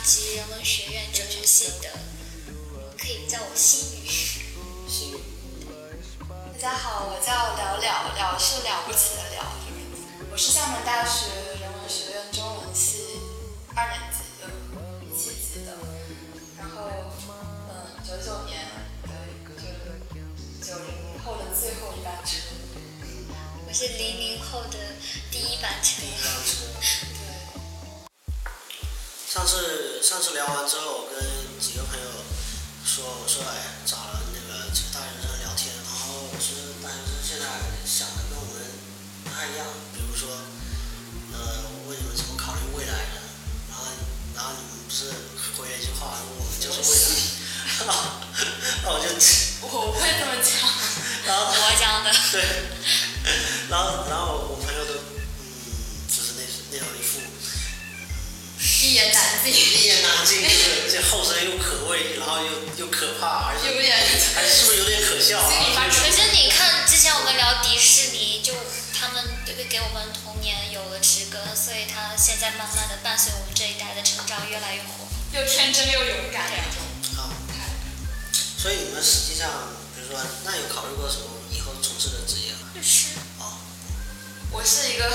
级人文学院哲学系的，可以叫我心语。 心语。 大家好，我叫了了，了是了不起的了，我是厦门大学人文学院中文系2年级的7级的，然后99年的90后的最后一班车。 我是00后的第一班车。 对。上次聊完之后，我跟几个朋友我说找了那个几个大学生聊天，然后我说大学生现在想的跟我们不太一样，比如说我问你们怎么考虑未来的，然后你们不是回了一句话，我们就是未来，那我会这么讲， 然后我讲的。 对，然后我朋友都就是那种一副一言难尽， 就是后生又可畏，然后又可怕，而且有点还是不是有点可笑？ 可是你看，之前我们聊迪士尼，就他们给我们童年有了植根，所以他现在慢慢的伴随我们这一代的成长越来越火， 又天真又勇敢那种。 所以你们实际上，比如说，那有考虑过什么以后从事的职业吗？ 律师。 我是一个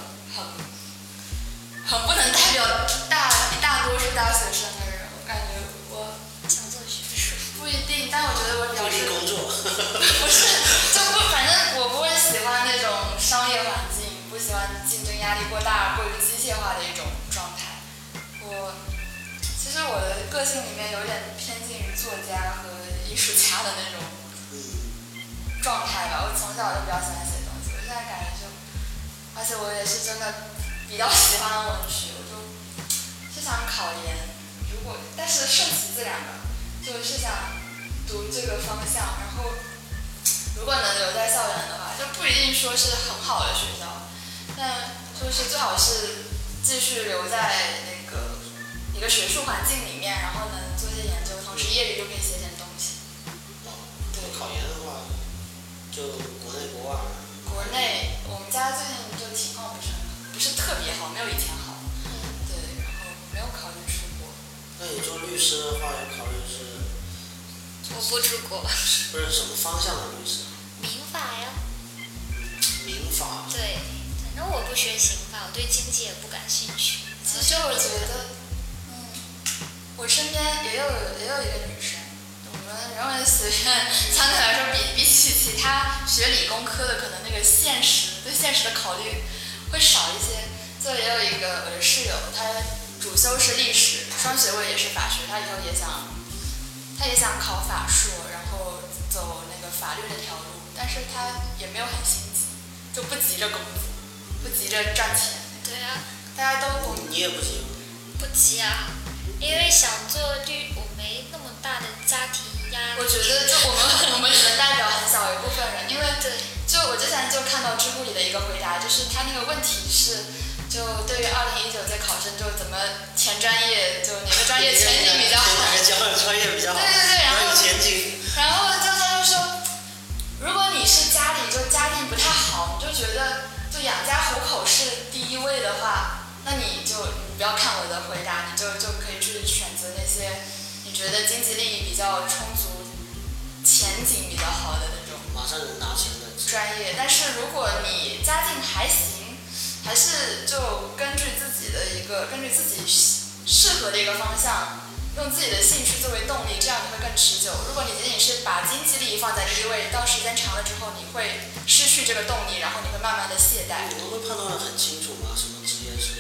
很不能代表大多数大学生的人，我感觉我想做学术。 不一定，但我觉得我比较是工作。 不是，反正我不会喜欢那种商业环境，不喜欢竞争压力过大、过于机械化的一种状态。其实我的个性里面有点偏近于作家和艺术家的那种状态吧。我从小就比较喜欢写东西，我现在感觉而且我也是真的比较喜欢文学，我就是想考研，但是顺其自然吧，就是想读这个方向，然后如果能留在校园的话，就不一定说是很好的学校，但就是最好是继续留在那个一个学术环境里面，然后能做些研究，同时业余就可以写点东西。 对，考研的话，就国内国外。 国内，我们家最近就情况不是特别好，没有以前好。对，然后没有考虑出国。 那你做律师的话，有考虑是？ 我不出国。 不是什么方向的律师？ 民法呀。 民法。 对，反正我不学刑法，我对经济也不感兴趣。 其实我觉得，我身边也有一个女生，我们人文学院相对来说比起其他学理工科的，可能那个对现实的考虑会少一些。就也有一个我的室友，他主修是历史，双学位也是法学，他以后也想考法硕，然后走那个法律的条路，但是他也没有很心急，就不急着工作，不急着赚钱。 对啊， 大家都你也不急吗？ 不急啊，因为想做我没那么大的家庭压力。 我觉得就我们只能代表很小一部分人，因为就我之前就看到知乎里的一个回答，就是他那个问题是，就对于2019届考生，就怎么前专业就哪个专业前景比较好， 哪个专业比较好， 对，然后有前景。 然后他就说，如果你是家庭不太好，你就觉得就养家糊口是第一位的话，那你不要看我的回答，你就可以去选择那些你觉得经济利益比较充足、前景比较好的那种马上能拿钱的专业。但是如果你家境还行，还是就根据自己适合的一个方向，用自己的兴趣作为动力，这样你会更持久。如果你仅仅是把经济利益放在第一位，到时间长了之后，你会失去这个动力，然后你会慢慢的懈怠。 你们会判断得很清楚吗？什么职业是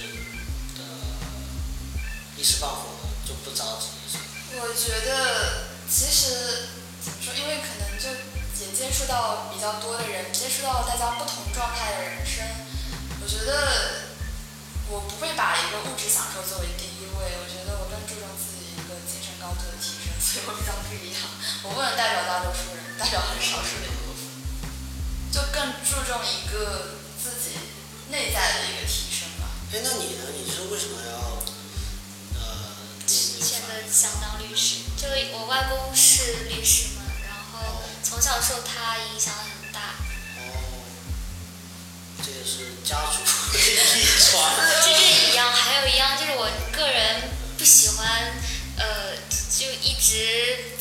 一时半会就不着急？ 我觉得其实怎么说，因为可能就也接触到比较多的人，接触到大家不同状态的人生，我觉得我不会把一个物质享受作为第一位，我觉得我更注重自己一个精神高度的提升，所以我比较不一样。我不能代表大多数人，代表很少数的一部分，就更注重一个自己内在的一个提升吧。 那你呢？你是为什么要现在想当律师？就我外公是律师嘛，然后从小受他影响很大。 这也是家族遗传。 这是一样，还有一样就是我个人不喜欢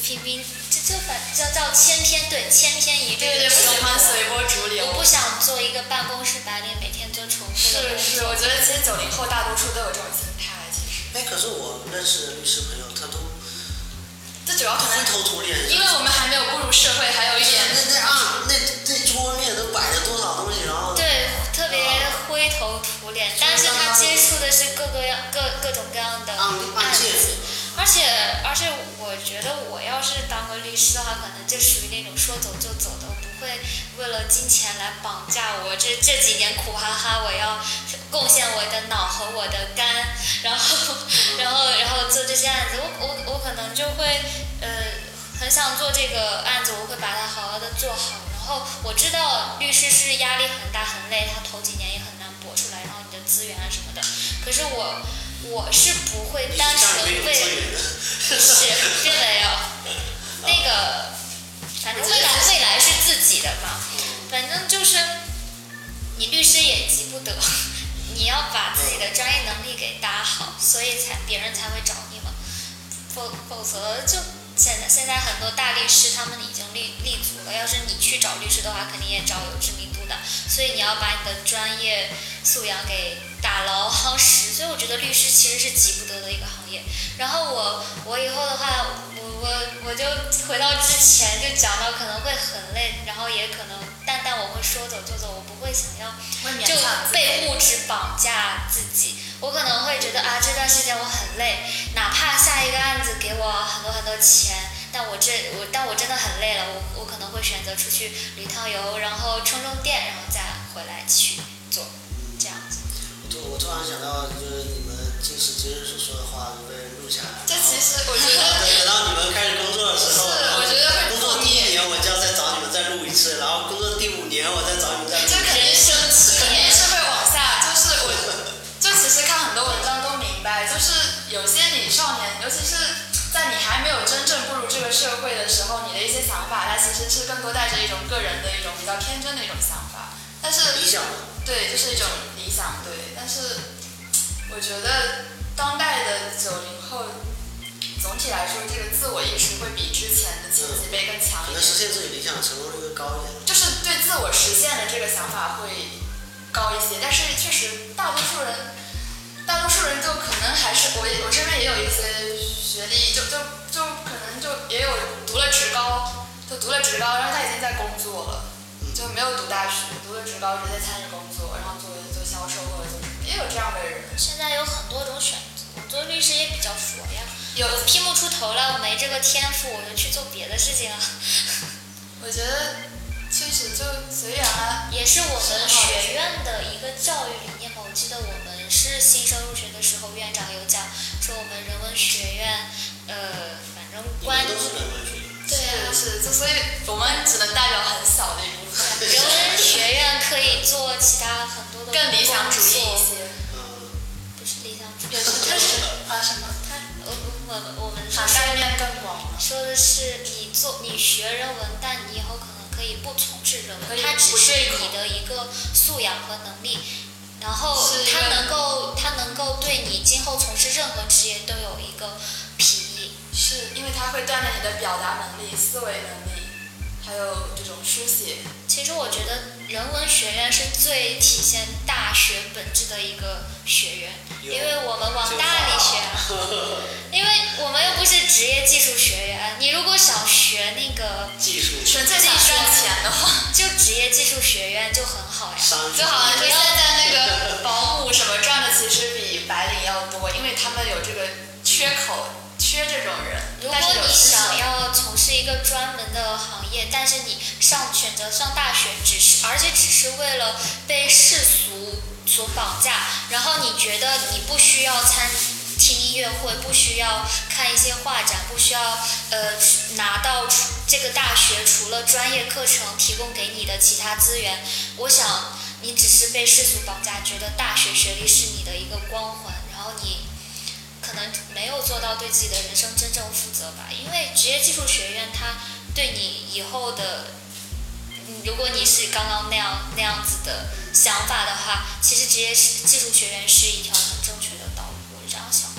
平平，叫千篇一律对，不喜欢随波逐流。 我不想做一个办公室白领，每天做重复的工作。 是，我觉得其实90后大多数都有这种心态，其实。 可是我认识的律师朋友，他都这主要可能灰头土脸， 因为我们还没有步入社会，还有一点那桌面都摆着多少东西，然后对，特别灰头土脸，但是他接触的是各种各样的案子，而且我觉得我要是当个律师的话，可能就属于那种说走就走的，我不会为了金钱来绑架我这几年苦哈哈，我要贡献我的脑和我的肝，然后做这些案子，我可能就会很想做这个案子，我会把它好好的做好。然后我知道律师是压力很大很累，他头几年也很难搏出来，然后你的资源啊什么的。可是我是不会单纯是并没有那个，反正未来是自己的嘛，反正就是你律师也急不得，你要把自己的专业能力给搭好，所以别人才会找你嘛，否则就。现在很多大律师他们已经立足了，要是你去找律师的话，肯定也找有知名度的，所以你要把你的专业素养给打牢夯实。所以我觉得律师其实是急不得的一个行业。然后我以后的话，我就回到之前就讲到可能会很累，然后也可能但我会说走就走，我不会想要就被物质绑架自己。我可能会觉得这段时间我很累，哪怕下一个案子给我很多钱，但我真的很累了，我可能会选择出去旅趟游，然后充电，然后再回来去做这样子。 我突然想到，就是你们今时今日所说的话都被录下来。 这其实我觉得， 等到你们开始工作的时候， 我觉得会工作第1年我就要再找你们再录一次，然后工作第5年我再找你们再录一次。 这肯定是会往下，就其实看很多文章都明白，就是有些你少年，尤其是在你还没有真正步入这个社会的时候，你的一些想法，它其实是更多带着一种个人的一种比较天真的一种想法，但是理想， 对，就是一种理想，对。但是我觉得当代的90后，总体来说，这个自我意识会比之前的前几辈更强一点。 可能实现自己理想成功率会高一点。 就是对自我实现的这个想法会高一些，但是确实大多数人就可能还是我身边也有一些学历，就可能就也有读了职高，然后他已经在工作了，就没有读大学，读了职高直接参与工作，然后做销售或者做什么，也有这样的人。 现在有很多种选择，我做律师也比较佛呀，我拼不出头来，我没这个天赋，我就去做别的事情啊。 我觉得确实就随缘啊， 也是我们学院的一个教育理念吧。我记得我们是新生入学的时候，院长有讲说我们人文学院，反正都是人文学院。 对啊， 是，所以我们只能代表很小的一部分。 人文学院可以做其他很多的更理想主义一些。 不是理想主义， 它是什么？ 我们涵盖面更广。 说的是你学人文，但你以后可以不从事人文，它只是你的一个素养和能力，然后它能够对你今后从事任何职业都有一个裨益。 是因为它会锻炼你的表达能力、思维能力，还有这种书写。 其实我觉得人文学院是最体现大学本质的一个学院，因为我们往大里学，因为我们又不是职业技术学院。你如果想学那个技术， 纯粹想赚钱的话， 就职业技术学院就很好呀。 就好像现在那个保姆什么赚的其实比白领要多，因为他们有这个缺口。缺这种人。 如果你想要从事一个专门的行业，但是你选择上大学，而且只是为了被世俗所绑架，然后你觉得你不需要听音乐会，不需要看一些画展，不需要拿到这个大学除了专业课程提供给你的其他资源，我想你只是被世俗绑架，觉得大学学历是你的一个光环，然后你可能没有做到对自己的人生真正负责吧。因为职业技术学院它对你以后的，如果你是刚刚那样子的想法的话，其实职业技术学院是一条很正确的道路，我是这样想的。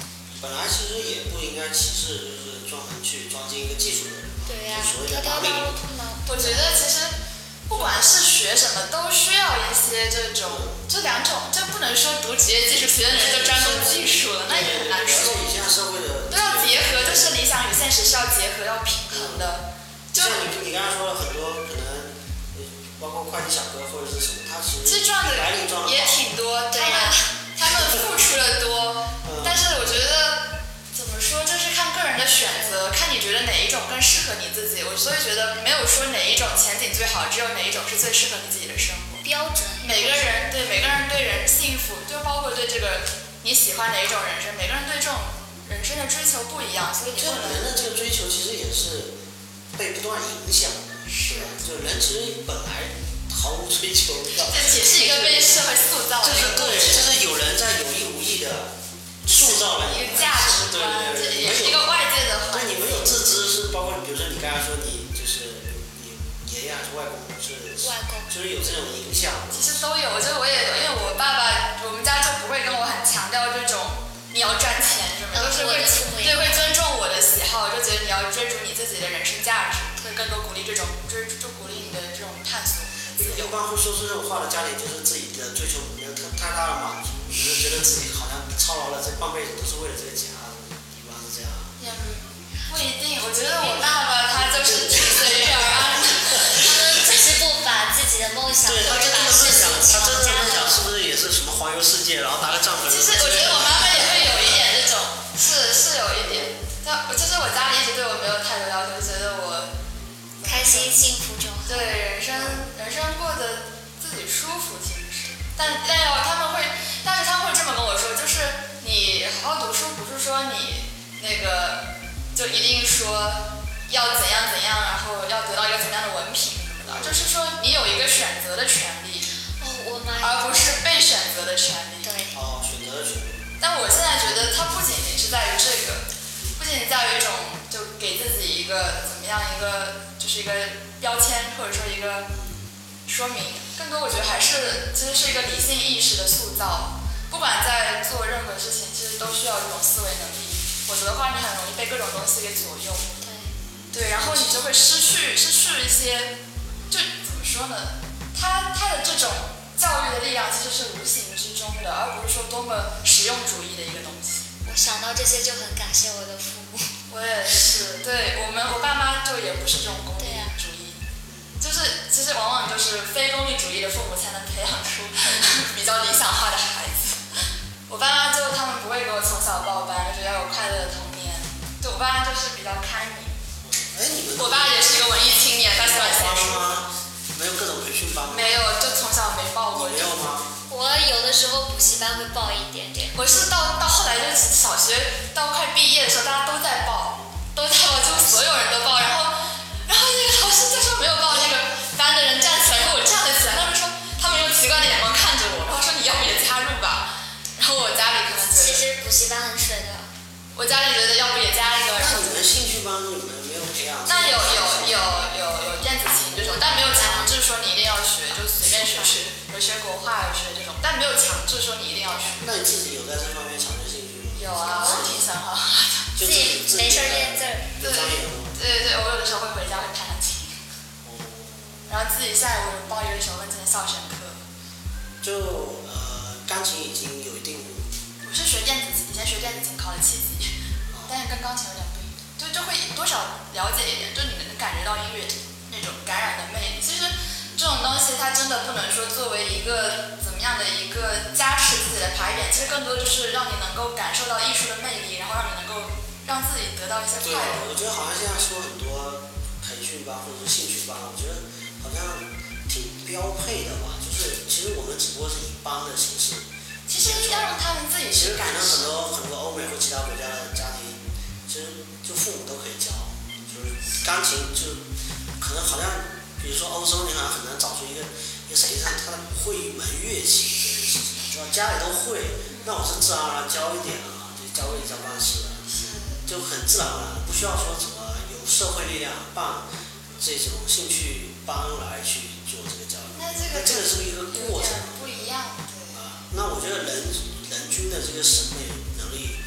本来其实也不应该歧视，就是专门去装进一个技术的人。 对呀、 所谓的条条道路通罗。 我觉得其实不管是学什么，都需要一些这两种，就不能说读职业技术学的人就专攻技术了，那也很难说。 而且现在社会的都要结合，就是理想与现实是要结合，要平衡的。就像你刚才说了很多可能，包括快递小哥或者是什么，他其实赚的白领赚的也挺多， 对呀、 他们付出的多，但是我觉得怎么说，就是看个人的选择，看你觉得哪一种更适合你自己。我所以觉得没有说哪一种前景最好，只有哪一种是最适合你自己的生活。 标准。 每个人对人幸福，就包括对这个你喜欢哪一种人生，每个人对这种人生的追求不一样，所以你不能。 人的这个追求其实也是被不断影响的，是吧？就人其实本来毫无追求， 这也是一个被社会塑造的一个过程。 对，就是有人在有意无意的塑造了一个价值观，这也是一个外界的环境。 对，你没有自知，是包括比如说你刚才说你就是你爷爷还是外公外公， 就是有这种影响。 其实都有，就我也因为我爸爸，我们家就不会跟我很强调这种你要赚钱什么，都是会尊重我的喜好，就觉得你要追逐你自己的人生价值，会更多鼓励这种就鼓励你的这种探索。 一般会说出这种话的家里，就是自己的追求没有太大的满足，就是觉得自己好像操劳了这半辈子都是为了这个家，一般是这样。 也不一定，我觉得我爸爸他就是挺随遇而安的， 他们只是不把自己的梦想， 对，他真正的梦想，他真正的梦想是不是也是什么环游世界，然后拿个帐篷？ 其实我觉得我妈妈也会有一点这种，是有一点。就是我家里一直对我没有太多要求，觉得我开心幸福就好。 对人生过得自己舒服，其实是。但是他们会这么跟我说，就是你好好读书，不是说你那个就一定说要怎样怎样，然后要得到一个怎么样的文凭什么的，就是说你有一个选择的权利，而不是被选择的权利。 对。 选择的权利。 但我现在觉得它不仅仅是在于这个，不仅仅在于一种就给自己一个怎么样一个就是一个标签，或者说一个说明，更多我觉得还是其实是一个理性意识的塑造。不管在做任何事情，其实都需要这种思维能力，否则的话你很容易被各种东西给左右。对，然后你就会失去一些，就怎么说呢？他的这种教育的力量其实是无形之中的，而不是说多么实用主义的一个东西。 我想到这些就很感谢我的父母。 我也是，对我爸妈就也不是这种功利主义，就是其实往往就是非功利主义的父母才能培养出比较理想化的孩子。我爸妈就他们不会给我从小报班，就觉得要有快乐的童年。就我爸妈就是比较开明。我爸也是一个文艺青年，他喜欢写书。 没有各种培训班吗？ 没有，就从小没报过。 没有吗？ 我有的时候补习班会报一点点。 我是到后来就是小学到快毕业的时候，大家都在报，就所有人都报，然后那个老师就说没有报那个班的人站起来，然后我站了起来，他们用奇怪的眼光看着我，然后说你要不也加入吧，然后我家里可能觉得其实补习班很水的。 我家里觉得要不也加一个。 那你们兴趣班你们没有培养？ 那有电子琴这种，但没有强制说你一定要学，就随便学，有学国画，有学这种，但没有强制说你一定要学。 那你自己有在这方面产生兴趣吗？ 有啊，我挺喜欢的。 自己没事练字儿。 对，我有的时候会回家会弹琴。然后自己现在我有报一个什么文静的校选课。 就钢琴已经有一定。 我是学电子琴，以前学电子琴考了7级，但是跟钢琴有点不一样，就会多少了解一点，就你能感觉到音乐那种感染的魅力。其实这种东西它真的不能说作为一个怎么样的一个加持自己的牌匾，其实更多就是让你能够感受到艺术的魅力，然后让你能够让自己得到一些快乐。 对，我觉得好像现在说很多培训班或者是兴趣班，我觉得好像挺标配的吧。就是其实我们只不过是以班的形式。 其实要让他们自己去感受。 很多欧美或其他国家的家庭，其实就父母都可以教，就是钢琴就可能好像，比如说欧洲，你好像很难找出一个谁他会一门乐器这件事情，是吧？家里都会，那我是自然而然教一点啊，就教会一教半式的，就很自然而然，不需要说怎么有社会力量办这种兴趣班来去做这个教育。 那这个是一个过程， 不一样。 那我觉得人均的这个审美能力， 这个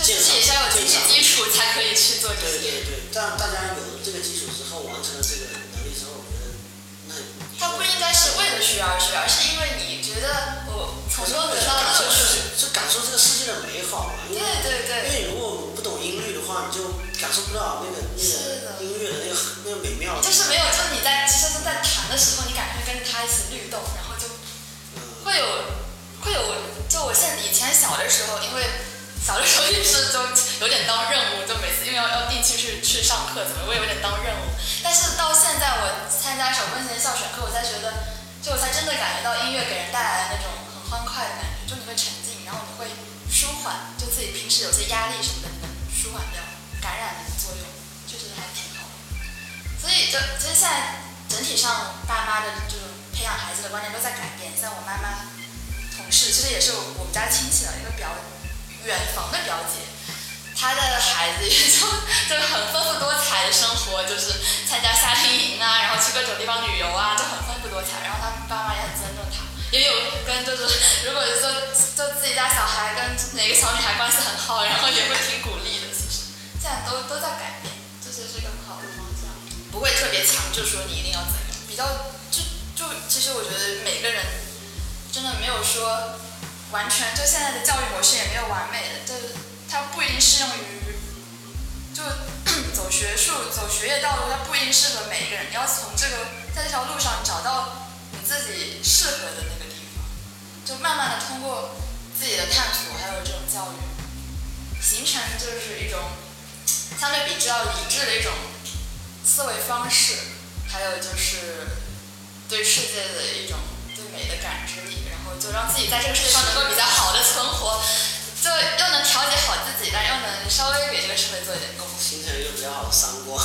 自己是要有经济基础才可以去做这些。 对，但大家有了这个基础之后，完成了这个能力之后，我觉得那它不应该是为了学而学，而是因为你觉得我从中得到乐趣， 是感受这个世界的美好嘛。 对。 因为如果不懂音律的话，你就感受不到那个音乐的那个美妙。 就是没有，就是你在弹的时候，你感觉跟着它一起律动，然后就会有，就我以前小的时候，因为小的时候也是就有点当任务，就每次因为要定期去上课，怎么我也有点当任务。但是到现在我参加手风琴校选课，我才觉得，我才真的感觉到音乐给人带来的那种很欢快的感觉，就你会沉浸，然后你会舒缓，就自己平时有些压力什么的，你能舒缓掉，感染的作用，确实还挺好的。所以其实现在整体上爸妈的这种培养孩子的观念都在改变，像我妈妈同事，其实也是我们家亲戚的一个远房的表姐，她的孩子也就很丰富多彩的生活，就是参加夏令营啊，然后去各种地方旅游啊，就很丰富多彩。然后他爸妈也很尊重他，也有跟如果说自己家小孩跟哪个小女孩关系很好，然后也会挺鼓励的。其实现在都在改变，这是一个很好的方向，不会特别强制说你一定要怎样，比较其实我觉得每个人真的没有说完全，就现在的教育模式也没有完美的，它不一定适用于就走学术走学业道路，它不一定适合每一个人，你要从在这条路上找到你自己适合的那个地方，就慢慢的通过自己的探索还有这种教育形成就是一种相对比较理智的一种思维方式，还有就是对世界的一种对美的感知力，然后就让自己在这个世界上能够比较好的存活，就又能调节好自己，但又能稍微给这个社会做一点贡献， 形成一个比较好的三观。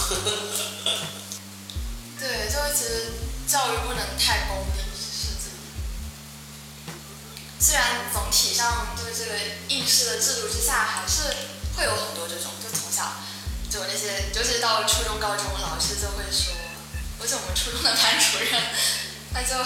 对，就其实教育不能太功利，是这样。虽然总体上对这个应试的制度之下，还是会有很多这种，就从小就那些，尤其是到初中、高中，老师就会说，而且我们初中的班主任，他就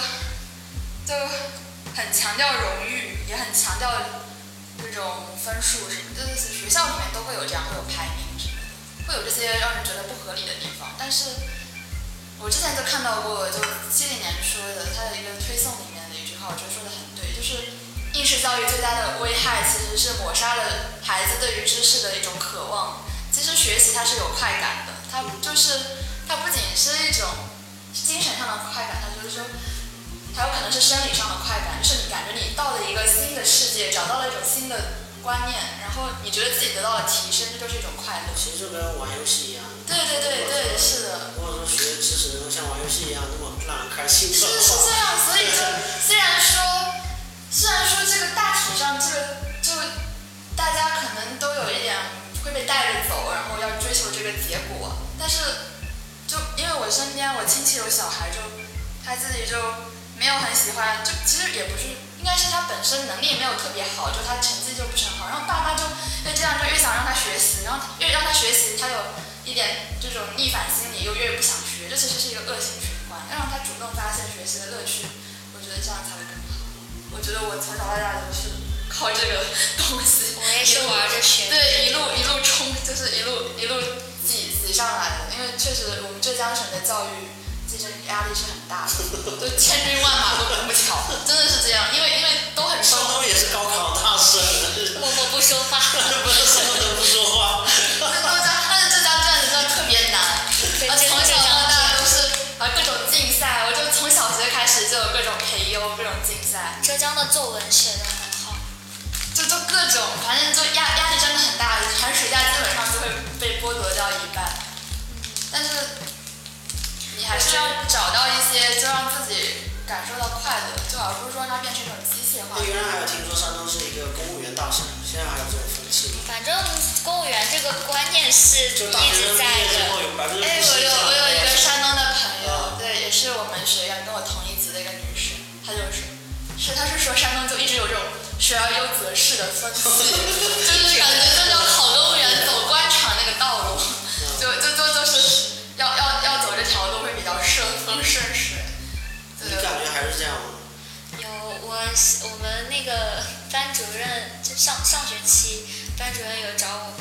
很强调荣誉，也很强调这种分数什么，就是学校里面都会有这样，会有排名什么的，会有这些让人觉得不合理的地方。但是我之前就看到过，就70年说的他的一个推送里面的一句话，我觉得说的很对，就是应试教育最大的危害其实是抹杀了孩子对于知识的一种渴望。其实学习它是有快感的，它不仅是一种精神上的快感，它就是说还有可能是生理上的快感，就是你感觉你到了一个新的世界，找到了一种新的观念，然后你觉得自己得到了提升，这就是一种快乐。 其实就跟玩游戏一样。 对，是的。 如果说学知识能够像玩游戏一样那么让人开心的话， 是这样，所以就虽然说这个大体上就大家可能都有一点会被带着走，然后要追求这个结果，但是就因为我身边我亲戚有小孩，就他自己就没有很喜欢，就其实也不是，应该是他本身能力没有特别好，就他成绩就不是很好，然后爸妈就越这样就越想让他学习，然后越让他学习，他有一点这种逆反心理，又越不想学，这其实是一个恶性循环，要让他主动发现学习的乐趣，我觉得这样才会更好。我觉得我从小到大都是靠这个东西， 我也是玩着学， 对，一路冲，就是一路挤上来的。因为确实我们浙江省的教育竞争压力是很大的，就千军万马都过不巧，真的是这样。因为都很山东也是高考大省， 默默不说话， 不是什么都不说话。 但是浙江卷子真的特别难，而且从小到大都是各种竞赛，我就从小学开始就有各种培优，各种竞赛。 浙江的作文写得很好， 就各种，反正就压力真的很大，寒暑假基本上就会被剥夺掉一半。但是你还是要找到一些就让自己感受到快乐，就而不是说它变成一种机械化。 原来还有听说山东是一个公务员大省，现在还有这种风气吗？ 反正公务员这个观念是一直在的。 我有一个山东的朋友，对，也是我们学院跟我同一级的一个女生，她是说山东就一直有这种学而优则仕的风气，就是感觉就是要考公务员走官场那个道路，就是要走这条路会比较顺风顺水。 你感觉还是这样吗？ 有我们那个班主任，就上学期班主任有找我们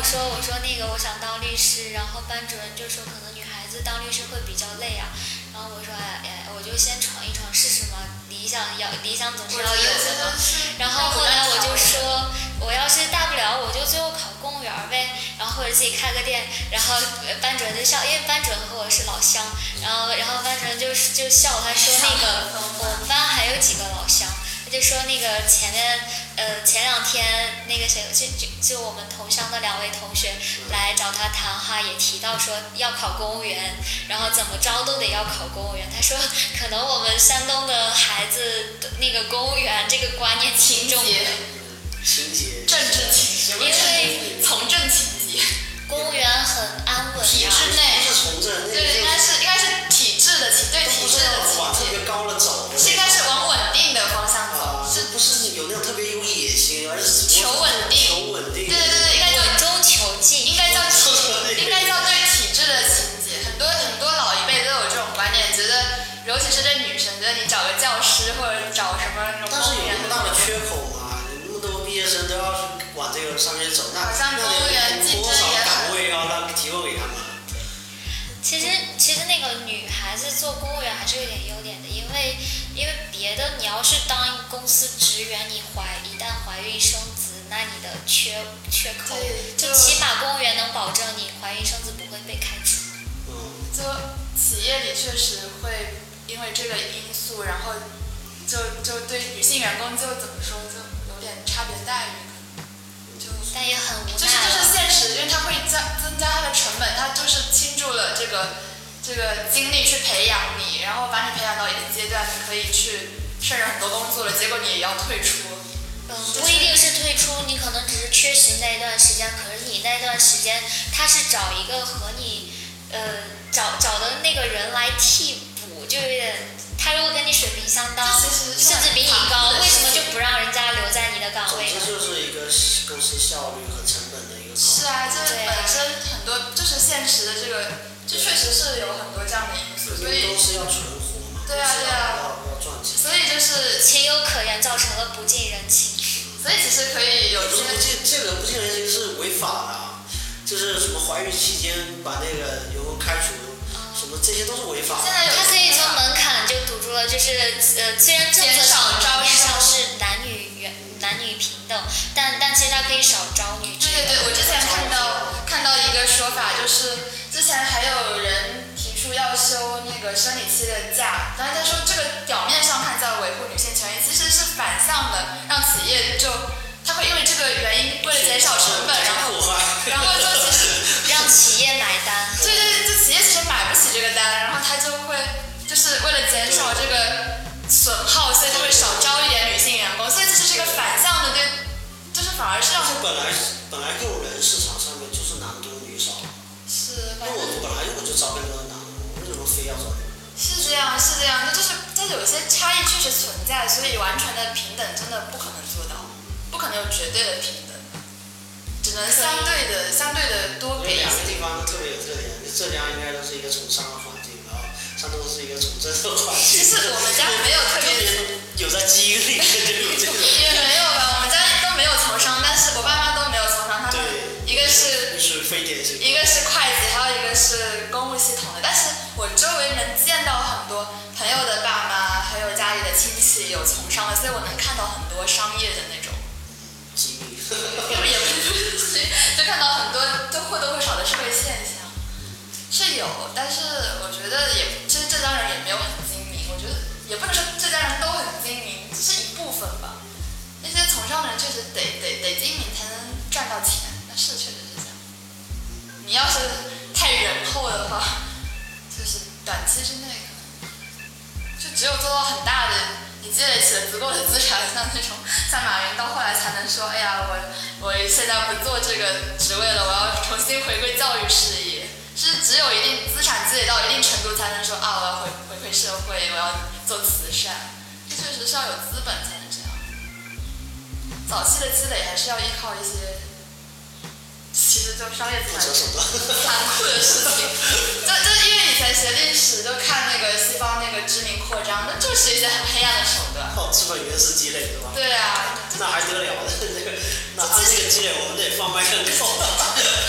说那个我想当律师，然后班主任就说可能女孩子当律师会比较累啊，然后我说我就先闯一闯试试嘛，理想总是要有的嘛。然后后来我就说我要是大不了我就最后考公务员呗，然后或者自己开个店，然后班主任就笑，因为班主任和我是老乡，然后班主任就笑，他说那个我们班还有几个老乡。就说那个前两天那个谁就我们同乡的2位同学来找他谈哈，也提到说要考公务员，然后怎么着都得要考公务员。他说可能我们山东的孩子那个公务员这个观念挺重的， 政治情节， 因为从政情节， 公务员很安稳， 体制内不是从政， 对，应该是体制的对体制的情节， 往特别高了走， 是应该是往稳定的方向走。 这不是有那种特别有野心，而是求稳定，对，应该叫稳中求进， 应该叫对体制的情节。很多老一辈都有这种观念，觉得尤其是对女生，觉得你找个教师或者找什么那种公务员， 但是有那么大的缺口嘛？那么多毕业生都要往这个上面走，那好像公务员竞争也岗位要让提供给他们。 其实那个女孩子做公务员还是有点优点的，因为别的你要是当公司职员，你一旦怀孕生子，那你的缺口就起码公务员能保证你怀孕生子不会被开除。 就企业里确实会因为这个因素，然后就对女性员工就怎么说，就有点差别待遇。 但也很无奈， 就是现实，因为它会增加它的成本，它就是倾注了这个精力去培养你，然后把你培养到一定阶段，你可以去胜任很多工作了，结果你也要退出。 不一定是退出，你可能只是缺席那一段时间，可是你那段时间他是找一个和你找的那个人来替补，就有点。他如果跟你水平相当，甚至比你高，为什么就不让人家留在你的岗位呢？ 这就是一个公司效率和成本的一个考虑。 是啊，这本身很多就是现实的这个，这确实是有很多这样的因素，所以公司要存活嘛。 对啊， 要赚钱。 所以就是情有可原，造成了不近人情。 所以其实可以有这个不近人情是违法的，就是什么怀孕期间把那个员工开除。什么这些都是违法的。 现在他可以从门槛就堵住了，就是虽然政策上面上是男女平等，但其实他可以少招女职员。 对，我之前看到一个说法，就是之前还有人提出要休那个生理期的假，但是他说这个表面上看在维护女性权益，其实是反向的，让企业他会因为这个原因，为了减少成本，然后就其实让企业买单。 对，就企业其实买不起这个单，然后他就会就是为了减少这个损耗，所以他会少招一点女性员工，所以这是个反向的，对，就是反而是让本来用人市场上面就是男多女少， 是， 因为我本来我就招更多的男的，我为什么非要招女的？ 是这样，那就是在有些差异确实存在，所以完全的平等真的不可能做到，不可能有绝对的平等，只能相对的多给一些。 两个地方都特别有特点，浙江应该都是一个从商的环境，然后山东是一个从政的环境。 其实我们家没有特别有在基因里面就有这种。 也没有吧，我们家都没有从商，但是我爸妈都没有从商，他们一个是非典型， 一个是会计，还有一个是公务系统的。但是我周围能见到很多朋友的爸妈，还有家里的亲戚有从商的，所以我能看到很多商业的那种机密。 也不是，就看到很多都或多或少的社会现象是有，但是我觉得其实浙江人也没有很精明，我觉得也不能说浙江人都很精明，只是一部分吧。那些从商的人确实得精明才能赚到钱，那是确实是这样。你要是太仁厚的话，就是短期之内可能就只有做到很大的，你积累起了足够的资产，像马云到后来才能说，哎呀，我现在不做这个职位了，我要重新回归教育事业。是只有一定资产积累到一定程度才能说啊，我要回馈社会，我要做慈善。这确实是要有资本才能这样。早期的积累还是要依靠一些，其实就商业残酷的事情。就因为以前学历史就看那个西方那个殖民扩张，那就是一些很黑暗的手段。 资本原始积累的吧？ 对啊。 那还得了的那个，那按这个积累我们得放麦更高。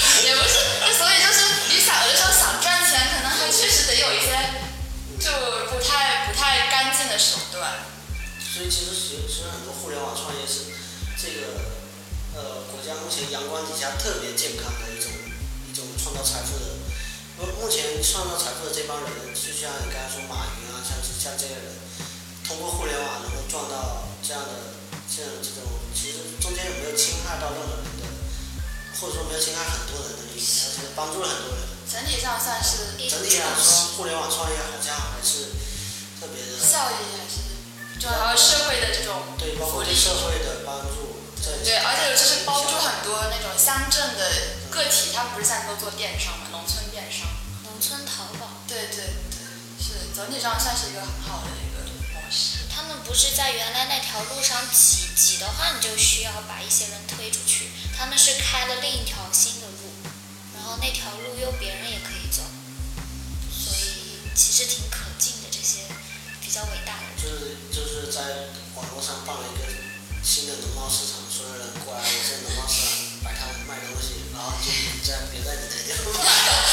段。 所以其实很多互联网创业是这个国家目前阳光底下特别健康的一种创造财富的。目前创造财富的这帮人，就像你刚才说马云啊，像这些人，通过互联网能够赚到这种，其实中间有没有侵害到任何人的，或者说没有侵害很多人的利益，而且帮助了很多人。 整体上算是。 整体来说，互联网创业好像还是特别的。 效益还是，就还有社会的这种对，包括对社会的帮助。 对，而且就是帮助很多那种乡镇的个体，他们不是现在都做电商嘛，农村电商。 农村淘宝。 对，是整体上算是一个很好的一个模式。 他们不是在原来那条路上挤的话，你就需要把一些人推出去。他们是开了另一条新的路，然后那条路又别人也可以走，所以其实挺可敬的这些比较伟大的人。 就是在网络上办了一个新的农贸市场，所有人过来我这农贸市场摆摊卖东西，然后就别在你那地方卖。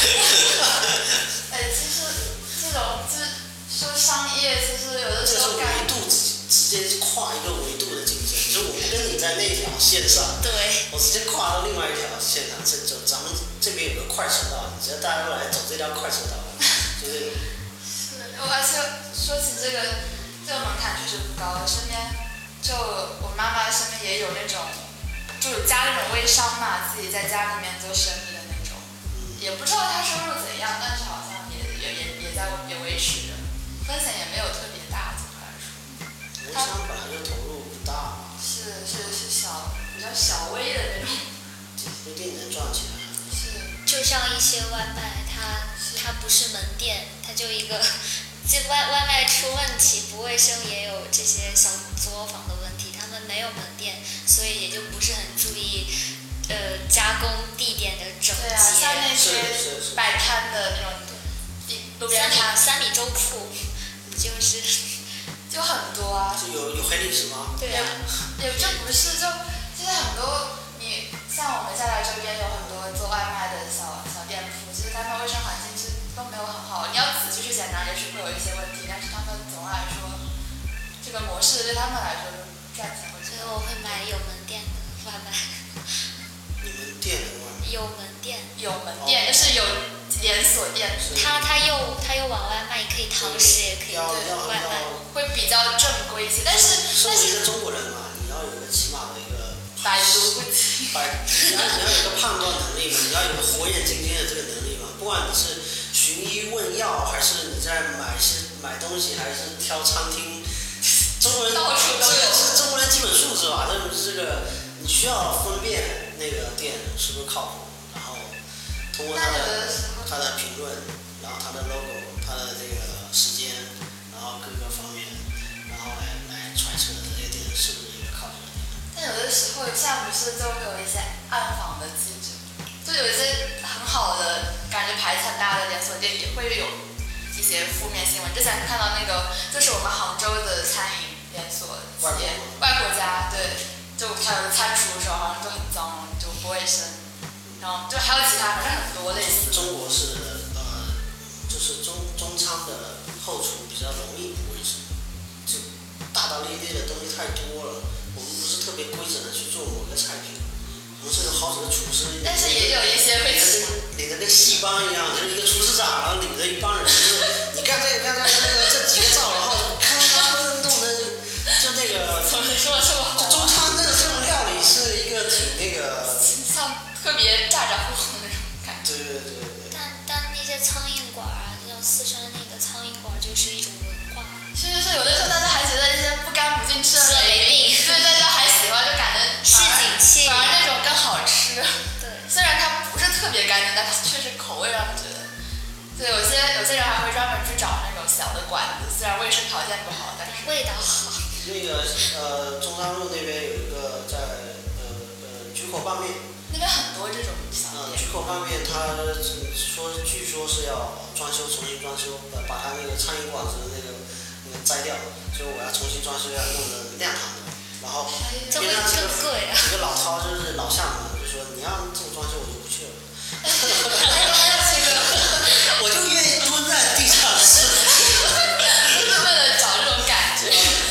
其实这种就是说商业，其实有的时候这是维度直接跨一个维度的竞争，就是我不跟你在那条线上， 对， 我直接跨到另外一条线上，咱们这边有个快车道，你只要大家都来走这条快车道，就这种。 是，而且说起这个门槛确实不高，身边就我妈妈身边也有那种，就有加那种微商嘛，自己在家里面做生意的那种，也不知道他收入怎样，但是好像也维持着，风险也没有特别大，总的来说。 微商本来就投入不大嘛。 是比较小微的那种。 不一定能赚钱。 是。 就像一些外卖，它不是门店，它就一个，这外卖出问题，不卫生也有这些小作坊的问题，他们没有门店，所以也就不是很注意加工地点的整洁。 对啊，像那些摆摊的那种路边摊 ，3米粥铺，就很多啊。 有黑历史吗？ 对啊，也就不是其实很多你像我们下来这边有很多做外卖的小店铺，其实他们卫生环境其实都没有很好。你要仔细去检查，也许会有一些问题，但是他们总的来说，这个模式对他们来说赚钱会。 所以我会买有门店的外卖。 你们店的外卖？ 有门店。 有门店就是有连锁店。 他又往外卖，也可以堂食，也可以外卖， 会比较正规一些。但是身为一个中国人嘛，你要有一个起码的一个百毒不侵。你要有一个判断能力嘛，你要有个火眼金睛的这个能力嘛。不管你是寻医问药，还是你在买东西，还是挑餐厅，中国人到处都有。 这是中国人基本素质吧？这个你需要分辨那个店是不是靠谱，然后通过它的评论，然后它的 logo， 它的这个时间，然后各个方面，然后来揣测这些店是不是一个靠谱的店。 但有的时候，像不是就会有一些暗访的记者，就有一些很好的感觉牌子很大的连锁店也会有一些负面新闻。之前看到那个就是我们杭州的餐饮连锁企业外婆家，对，就它有餐厨的时候好像就很脏，就不卫生，然后就还有其他反正很多类似。 中国是就是中餐的后厨比较容易不卫生，就大大咧咧的东西太多了，我们不是特别规整的去做某个菜品，我们是有好几个厨师， 但是也有一些会领着跟戏班一样，就是一个厨师长，然后领着一帮人，就是你干这个这几个灶，然后咔弄的，就那个怎么说这么好？ 就中餐这种料理是一个挺那个， 像特别咋咋呼呼的那种感觉。 对。 但那些苍蝇馆啊，像四川那个苍蝇馆就是一种文化。 是，有的时候大家还觉得一些不干不净吃了没病，对，大家还喜欢，就感觉市井气， 反而那种更好吃。 对， 虽然它不是特别干净，但确实口味让人觉得。对，有些人还会专门去找那种小的馆子，虽然卫生条件不好，但是味道好。 那个中山路那边有一个在菊口拌面。 那边很多这种小店。 菊口拌面，他据说是要重新装修，把他那个苍蝇馆子的那个摘掉，所以我要重新装修，要弄得亮堂的。然后边上几个老饕就是老厦门，就说你要这么装修，我就不去了。 还有这个， 我就愿意蹲在地上吃。 就是为了找这种感觉。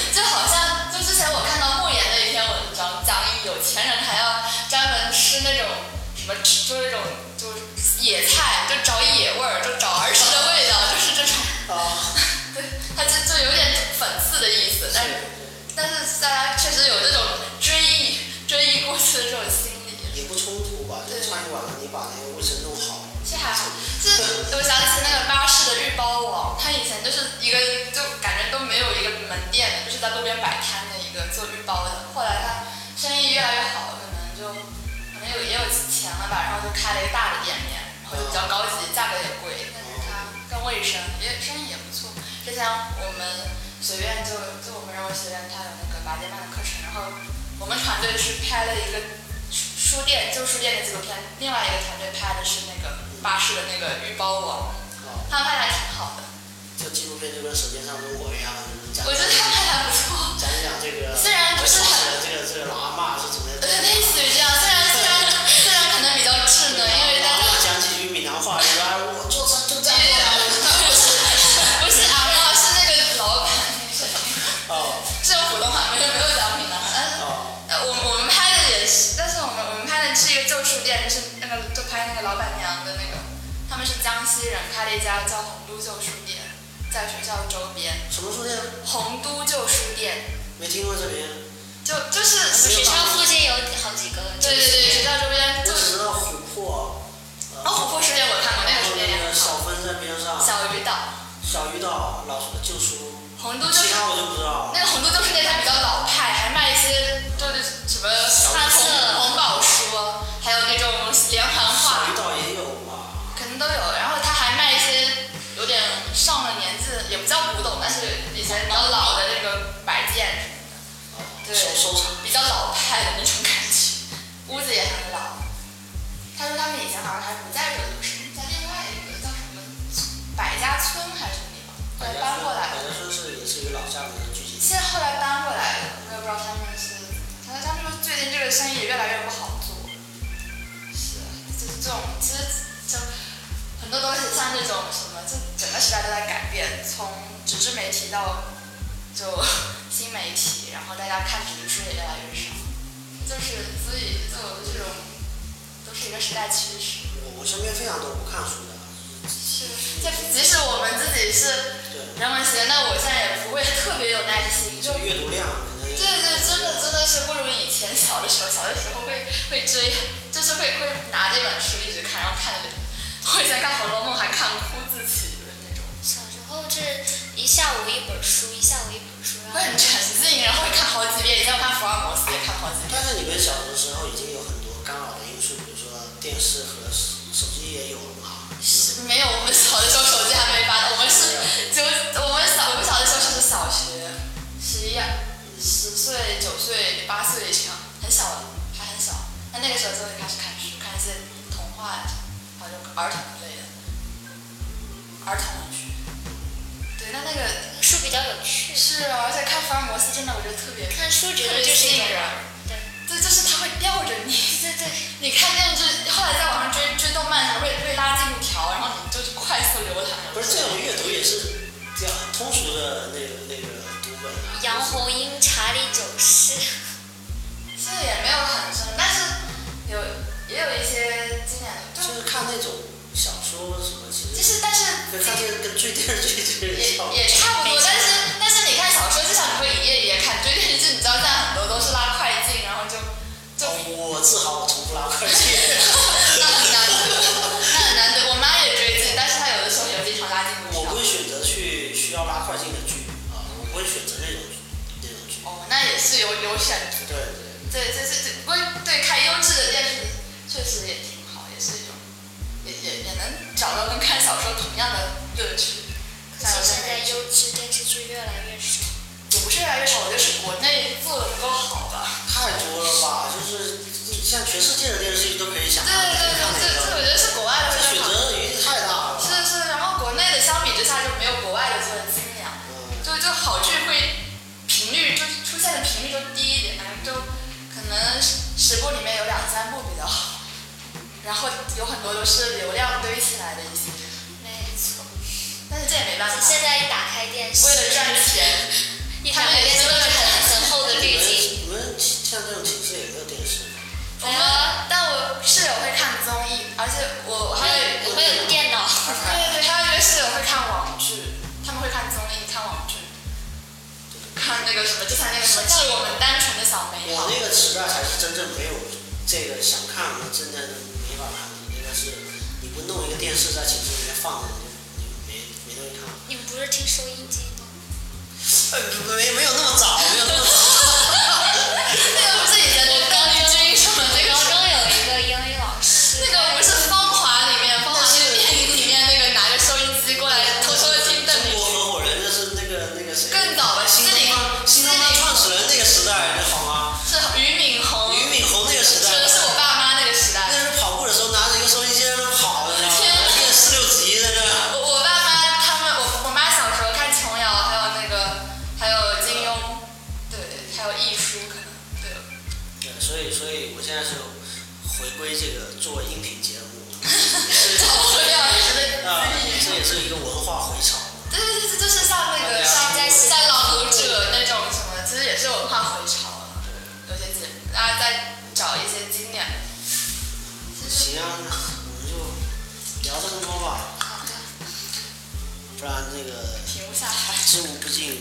么就那种就是野菜，就找野味儿，就找儿时的味道，就是这种。对，它就有点讽刺的意思，但是大家确实有这种追忆过去的这种心理。 也不冲突吧？就穿一晚了，你把那个卫生弄好。 其实还好，就是我想起那个巴士的预包网，它以前就是一个就感觉都没有一个门店的，就是在路边摆摊的一个做预包的。后来它生意越来越好，可能也有钱了吧，然后就开了一个大的店面，然后就比较高级，价格也贵，但是它更卫生，生意也不错。就像我们学院就我们人文学院，它有那个拔节曼的课程，然后我们团队是拍了一个旧书店的纪录片，另外一个团队拍的是那个巴士的那个预包网，他们拍的还挺好的。 这纪录片就跟《舌尖上中国》一样， 我觉得他们拍的还不错。 讲这个， 虽然不是很这个老阿嬷是怎么样？ 类似于这样，虽然可能比较稚嫩，因为大家讲几句闽南话，原来我做成就这样不是阿嬷，是那个老板那声音。是用普通话，没有讲闽南话，但是我们拍的也是，但是我们拍的是一个旧书店，就是那个就拍那个老板娘的那个，他们是江西人，开了一家叫洪都旧书店，在学校周边。 什么书店？ 洪都旧书店。 没听过这边。 就是学校附近有好几个。 对，学校周边。 我只知道琥珀。 琥珀书店我看过，那个书店也很好。 小分在边上。 小鱼岛， 老旧书。 洪都旧书。 其他我就不知道。 那个洪都旧书店它比较老派，还卖一些就是什么红宝书，还有那种连环画。 小鱼岛也有吧？ 可能都有，然后他还卖一些有点上了年纪，也不叫古董，但是以前比较老的那个摆件什么的。对， 收藏。 比较老派的那种感觉，屋子也很老。他说他们以前好像还不在这个是在另外一个叫什么百家村还是什么地方，后来搬过来了。 百家村也是一个老家人的聚集地。 现在后来搬过来了，我也不知道他们是，他们说最近这个生意越来越不好做。是，就是这种，其实就很多东西像这种什么，就整个时代都在改变，从纸质媒体到就新媒体，然后大家看纸质书也越来越少，所以就这种都是一个时代趋势。 我身边非常多不看书的。 是，就即使我们自己是人文学，那我现在也不会特别有耐心，就阅读量。 对，真的是不如以前小的时候会追，就是会拿这本书一直看，然后看着我以前看《红楼梦》还看哭自己的那种。 小时候是一下午一本书， 会很沉浸，然后会看好几遍。以前我看福尔摩斯也看好几遍。 但是你们小的时候已经有很多干扰的因素，比如说电视和手机也有了嘛？ 没有，我们小的时候手机还没发达，我们小的时候是小学10岁、9岁、8岁这样，很小了，还很小。那个时候就会开始看书，看一些童话，还有儿童类的儿童文学。对，那个书比较有趣。 是啊，而且看福尔摩斯真的我觉得特别看书觉得就是一种人。 对，就是他会吊着你。 对。 你看电视，后来在网上追动漫，会拉进度条，然后你就快速浏览。 不是这种阅读也是这样通俗的那个读本啊。 杨红樱、查理九世。 其实也没有很深，但是也有一些经典的。 就是看那种小说什么，其实但是跟追电视剧也差不多，但是你看小说，至少你会一页一页看，追电视剧你知道现在很多都是拉快进，然后就。 我自豪我从不拉快进。 那很难得，我妈也追剧，但是她有的时候也经常拉进度条。 我不会选择去需要拉快进的剧啊，我不会选择那种剧。 那也是有选择。对，不过对看优质的电视确实也挺好，也是一种，也能找到跟看小说同样的乐趣。 可是现在优质电视剧越来越少。 也不是越来越少，我觉得是国内做的不够好吧。 太多了吧，就是像全世界的电视剧都可以想。 对，这我觉得是国外的做的好。 选择余地太大了。 是，然后国内的相比之下就没有国外的做的精良，就好剧会频率就出现的频率就低一点，就可能10部里面有2、3部比较好，然后有很多都是流量堆起来的一些。 没错。 但是这也没办法。 现在一打开电视， 为了赚钱， 他们也是为了很厚的滤镜。 你们像这种寝室也没有电视？ 但我室友会看那个什么，就像那个什么致我们单纯的小美好。 我那个时代才是真正没有这个想看的，真的没法看的。那个是你不弄一个电视在寝室里面放着，你没东西看。 你们不是听收音机吗？ 没有那么早，没有那么早。 那个不是以前那个高丽君什么那个？ 高中有一个英语老师， 那个不是《芳华》里面，《芳华》那个电影里面那个拿着收音机过来偷偷的听邓丽君。 中国合伙人那是那个谁？ 更早的新东方创始人那个时代，好吗？ 是俞敏洪。 俞敏洪那个时代。 是我爸妈那个时代。 那时候跑步的时候拿着一个收音机在那跑，你知道吗？练4、6级在那。 我爸妈他们，我妈小时候看琼瑶，还有金庸，对，还有艺书可能，对。 对，所以我现在是回归这个做音频节目，这也是一个文化回潮。 对，就是像那个像朗读者那种什么，其实也是文化回潮。有些节目，大家再找一些经典的。 行啊，我们就聊这么多吧。 好的。 不然那个停不下来， 知无不尽，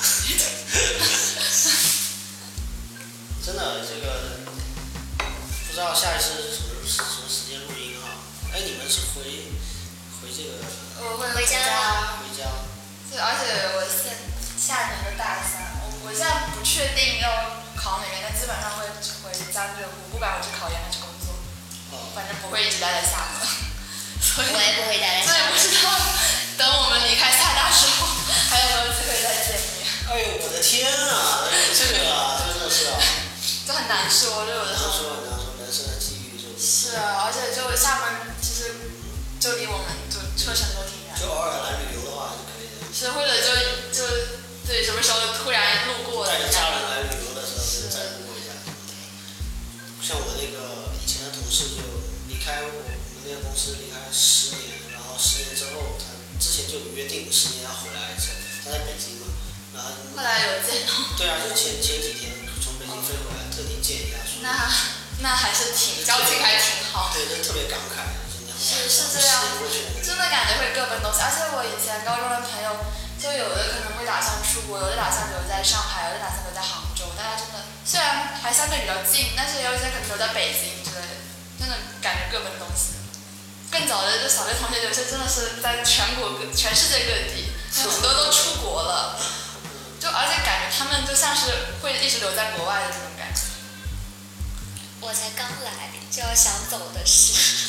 真的这个不知道下一次是什么时间录音啊？哎，你们是回这个？ 我会回家。 回家。 对，而且我下年的大3，我现在不确定要考哪边，但基本上会回江浙沪，不管我是考研还是工作，反正不会一直待在厦门。所以我也不会待在厦门。 所以不知道等我们离开厦大之后，还有没有机会再见面。 哎呦，我的天啊！这个啊，真的是啊。 就很难说，就有的时候。 很难说，人生的机遇就。 是啊，而且就厦门其实就离我们就车程都挺远。 就偶尔来旅游的话还是可以的。 是或者就对，什么时候突然路过。 带着家人来旅游的时候就再路过一下。像我那个以前的同事就离开我们那个公司离开10年，然后10年之后他之前就有约定10年要回来一次，他在北京嘛，然后后来有见到。 对啊，就前几天从北京飞回来，特地见一下说。 那还是交情还挺好。 对，就特别感慨， 是这样，真的感觉会各奔东西。而且我以前高中的朋友，就有的可能会打算出国，有的打算留在上海，有的打算留在杭州。大家真的虽然还相对比较近，但是也有一些可能留在北京之类的，真的感觉各奔东西。更早的就小学同学，有些真的是在全世界各地，很多都出国了。就而且感觉他们就像是会一直留在国外的这种感觉。 我才刚来，就要想走的事。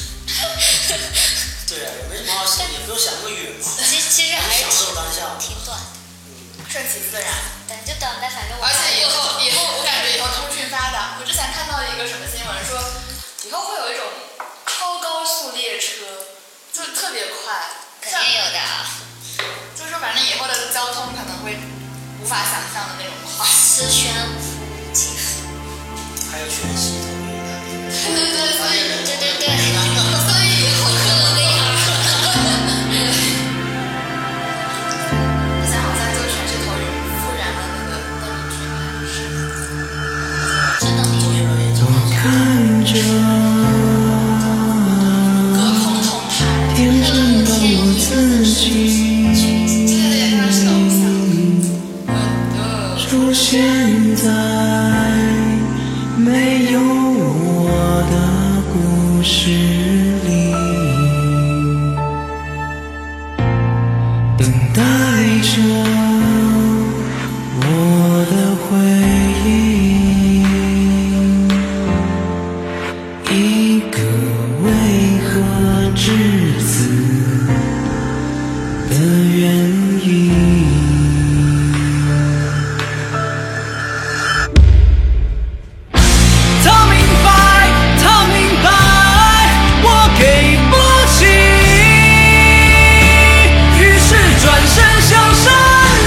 对啊，也没什么好想，也不用想那么远嘛。 其实还是享受当下， 挺短的。 顺其自然。 等就等呗，反正我。 而且以后我感觉以后通讯发达，我之前看到一个什么新闻说，以后会有一种超高速列车，就特别快。 肯定有的啊。 就是说，反正以后的交通可能会无法想象的那种快。 磁悬浮技术。 还有全息投影的。 对，所以对。 所以以后可能那样。现在好像就全是投影复原了那个邓丽君，还是真的我看着隔空同台， 天真的我自己出现在没有我的故事里，等待着我的回忆，一个为何至死的原因。转身向山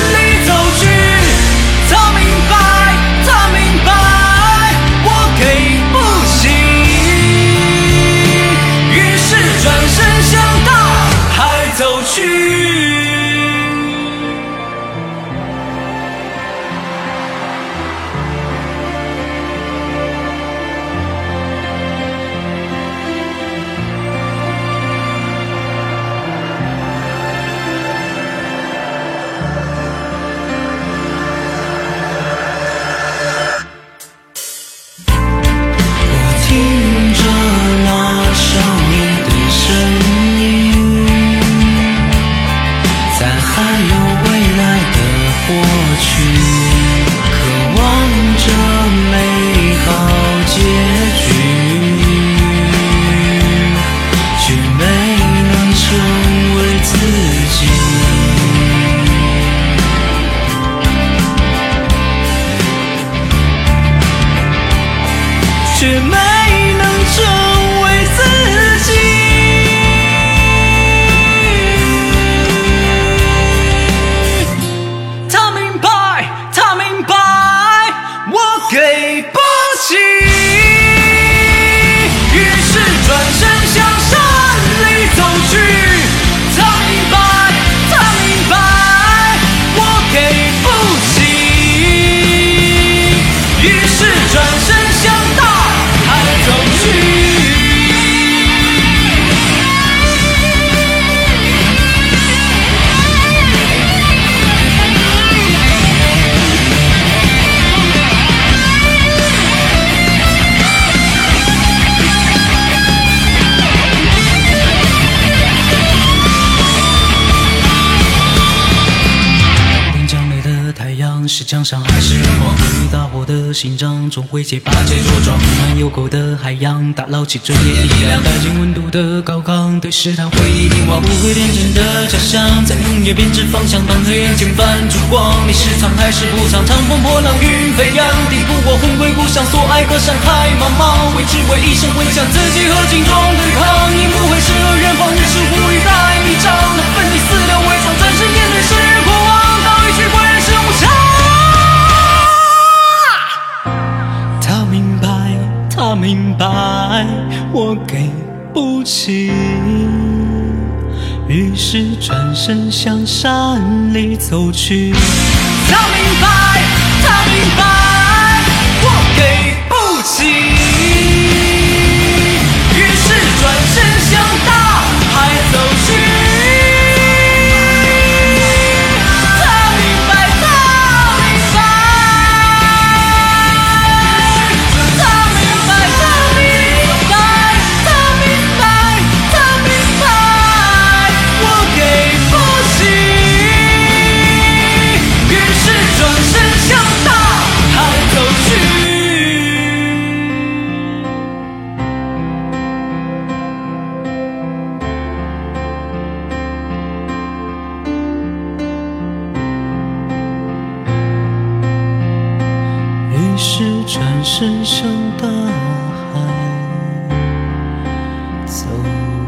江山还是人亡？关于大火的心脏，总会借把剑茁壮。漫有口的海洋，打捞起这夜一亮。带进温度的高亢，对试探回忆凝望。不会天真的假象，在梦也变质方向。当黑暗侵犯烛光，你是藏还是不藏？长风破浪云飞扬，抵不过魂归故乡。所爱隔山海茫茫，为只为一声回响，自己和镜中对抗。你不会是恶人，放日是无语在迷障。那奋力撕掉伪装，真实面对是过往。到一去果然是无常。他明白，他明白，我给不起。于是转身向山里走去。他明白，他明白，我给不起。于是转身向大海走去。他明白，他明白，他明白，他明白，他明白，他明白，我给不起。于是转身向大海走去。于是转身向大海走